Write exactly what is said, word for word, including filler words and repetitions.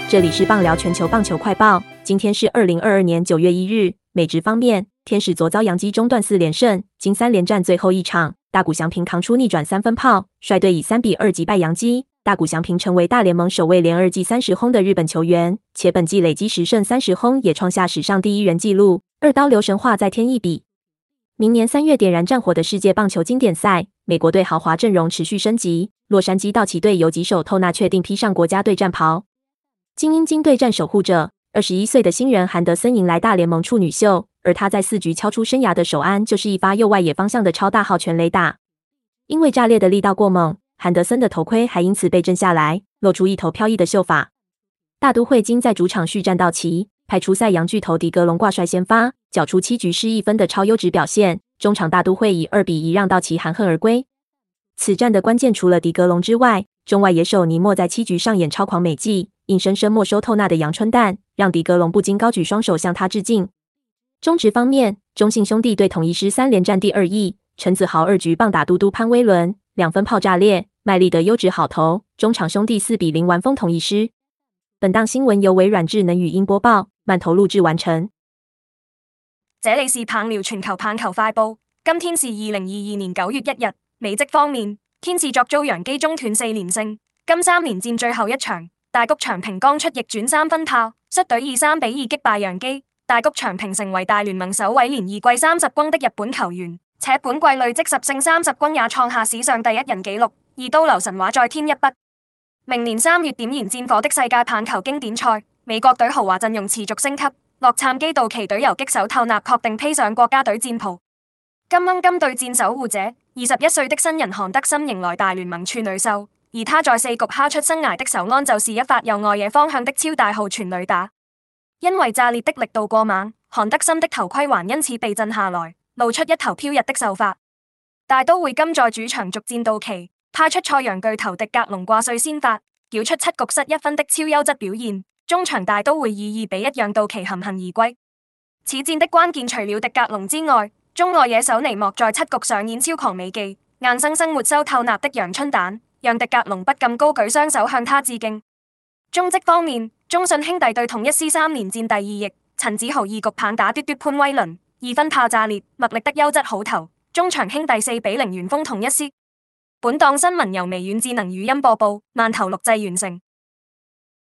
这里是棒聊全球棒球快报，今天是二零二二年九月一日。美职方面，天使昨遭洋基中断四连胜，经三连战最后一场，大谷翔平扛出逆转三分炮，率队以三比二击败洋基。大谷翔平成为大联盟首位连二季三十轰的日本球员，且本季累积十胜三十轰，也创下史上第一人纪录。二刀流神话再添一笔。明年三月点燃战火的世界棒球经典赛，美国队豪华阵容持续升级。洛杉矶道奇队游击手透纳确定披上国家队战袍。精英金对战守护者，二十一岁的新人韩德森迎来大联盟处女秀，而他在四局敲出生涯的首安，就是一发右外野方向的超大号全垒打。因为炸裂的力道过猛，韩德森的头盔还因此被震下来，露出一头飘逸的秀发。大都会今在主场续战道奇，派出赛扬巨头迪格隆挂帅先发，缴出七局失一分的超优质表现。中场大都会以二比一让道奇含恨而归。此战的关键除了迪格隆之外，中外野手尼莫在七局上演超狂美技，硬生生没收透纳的阳春弹，让迪格隆不禁高举双手向他致敬。中职方面，中信兄弟对统一狮三连战第二役，陈子豪二局棒打嘟嘟潘威伦，两分炮炸裂，麦利德优质好投，中场兄弟四比零完封统一狮。本档新闻由微软智能语音播报，慢投录制完成。 這裡是棒聊全球棒球快報，今天是二零二二年九月一日。美職方面，天使作遭洋基中斷四連勝，今三連戰最後一場，大谷翔平剛出逆轉三分炮，率隊以三比二擊敗洋基。大谷翔平成為大聯盟首位連二季三十轟的日本球員，且本季累積十勝三十轟也創下史上第一人紀錄，二刀流神話再添一筆。明年三月點燃戰火的世界棒球經典賽，美國隊豪華陣容持續升級，洛杉磯道奇隊游擊手透納確定披上國家隊戰袍。金鶯金對戰守護者，二十一歲的新人韓德森迎來大聯盟處女秀，而他在四局敲出生涯的首安，就是一發右外野方向的超大號全壘打。因為炸裂的力度過猛，韓德森的頭盔還因此被震下來，露出一頭飄逸的秀髮。大都會今在主場續戰道奇，派出賽揚巨頭迪格隆掛帥先發，繳出七局失一分的超優質表現。中場大都會以二比一讓道奇含恨而歸。此戰的關鍵除了迪格隆之外，中外野手尼莫在七局上演超狂美技，硬生生沒收透納的陽春彈，讓迪格隆不禁高舉雙手向他致敬。中職方面，中信兄弟對統一獅三連戰第二役，陳子豪二局棒打嘟嘟潘威倫，二分炮炸裂，麥力的優質好投，中場兄弟四比零完封統一獅。本檔新聞由微軟智能語音播報，慢投錄製完成。